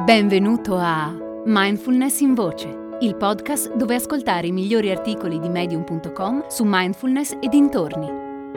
Benvenuto a Mindfulness in Voce, il podcast dove ascoltare i migliori articoli di Medium.com su mindfulness e dintorni.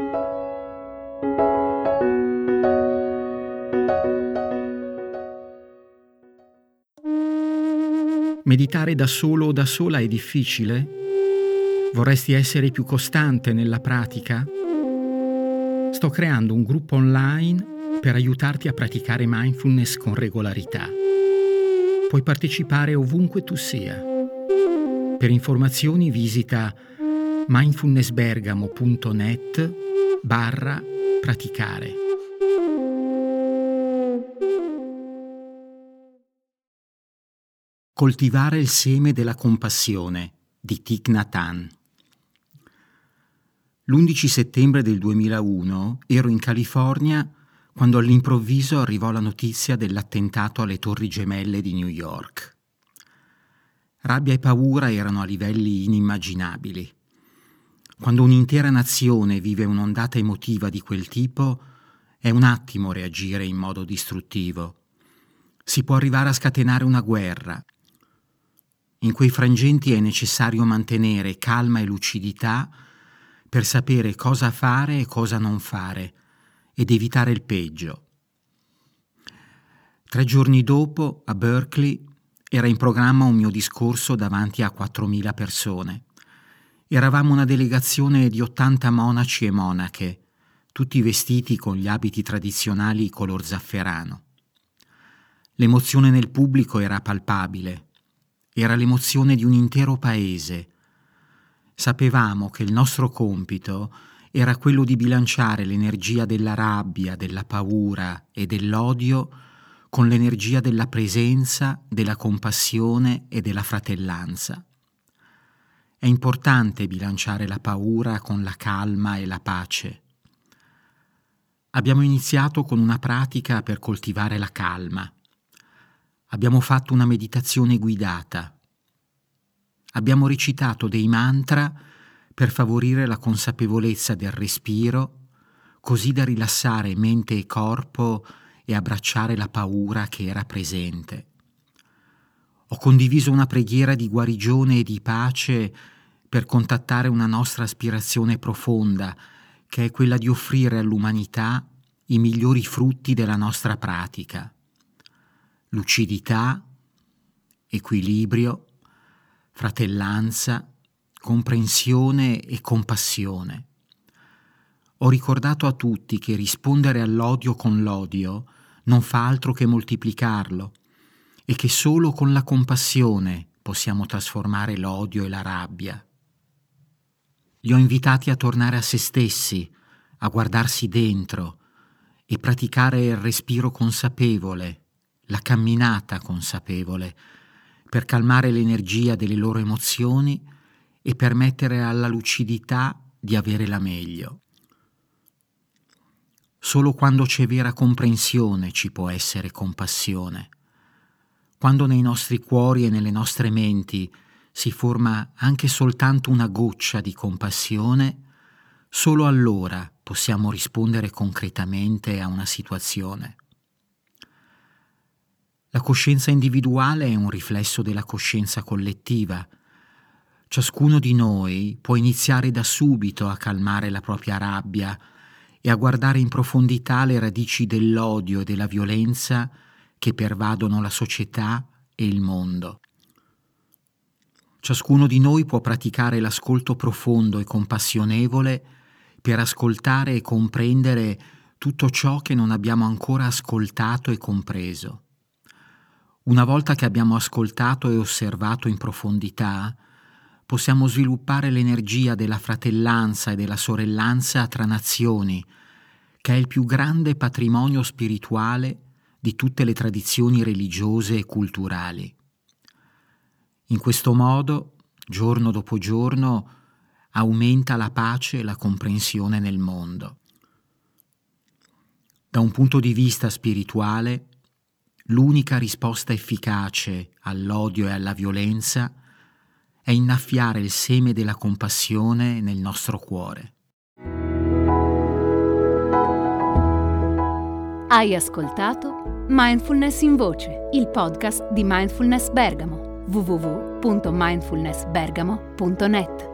Meditare da solo o da sola è difficile? Vorresti essere più costante nella pratica? Sto creando un gruppo online per aiutarti a praticare mindfulness con regolarità. Puoi partecipare ovunque tu sia. Per informazioni visita mindfulnessbergamo.net/praticare. Coltivare il seme della compassione di Thich Nhat Hanh. L'11 settembre del 2001 ero in California quando all'improvviso arrivò la notizia dell'attentato alle Torri Gemelle di New York. Rabbia e paura erano a livelli inimmaginabili. Quando un'intera nazione vive un'ondata emotiva di quel tipo, è un attimo reagire in modo distruttivo. Si può arrivare a scatenare una guerra. In quei frangenti è necessario mantenere calma e lucidità per sapere cosa fare e cosa non fare ed evitare il peggio. 3 giorni dopo, a Berkeley, era in programma un mio discorso davanti a 4.000 persone. Eravamo una delegazione di 80 monaci e monache, tutti vestiti con gli abiti tradizionali color zafferano. L'emozione nel pubblico era palpabile. Era l'emozione di un intero paese. Sapevamo che il nostro compito era quello di bilanciare l'energia della rabbia, della paura e dell'odio con l'energia della presenza, della compassione e della fratellanza. È importante bilanciare la paura con la calma e la pace. Abbiamo iniziato con una pratica per coltivare la calma. Abbiamo fatto una meditazione guidata. Abbiamo recitato dei mantra per favorire la consapevolezza del respiro, così da rilassare mente e corpo e abbracciare la paura che era presente. Ho condiviso una preghiera di guarigione e di pace per contattare una nostra aspirazione profonda, che è quella di offrire all'umanità i migliori frutti della nostra pratica: lucidità, equilibrio, fratellanza, comprensione e compassione. Ho ricordato a tutti che rispondere all'odio con l'odio non fa altro che moltiplicarlo e che solo con la compassione possiamo trasformare l'odio e la rabbia. Li ho invitati a tornare a se stessi, a guardarsi dentro e praticare il respiro consapevole, la camminata consapevole, per calmare l'energia delle loro emozioni e permettere alla lucidità di avere la meglio. Solo quando c'è vera comprensione ci può essere compassione. Quando nei nostri cuori e nelle nostre menti si forma anche soltanto una goccia di compassione, solo allora possiamo rispondere concretamente a una situazione. La coscienza individuale è un riflesso della coscienza collettiva. Ciascuno di noi può iniziare da subito a calmare la propria rabbia e a guardare in profondità le radici dell'odio e della violenza che pervadono la società e il mondo. Ciascuno di noi può praticare l'ascolto profondo e compassionevole per ascoltare e comprendere tutto ciò che non abbiamo ancora ascoltato e compreso. Una volta che abbiamo ascoltato e osservato in profondità, possiamo sviluppare l'energia della fratellanza e della sorellanza tra nazioni, che è il più grande patrimonio spirituale di tutte le tradizioni religiose e culturali. In questo modo, giorno dopo giorno, aumenta la pace e la comprensione nel mondo. Da un punto di vista spirituale, l'unica risposta efficace all'odio e alla violenza è innaffiare il seme della compassione nel nostro cuore. Hai ascoltato Mindfulness in Voce, il podcast di Mindfulness Bergamo, www.mindfulnessbergamo.net.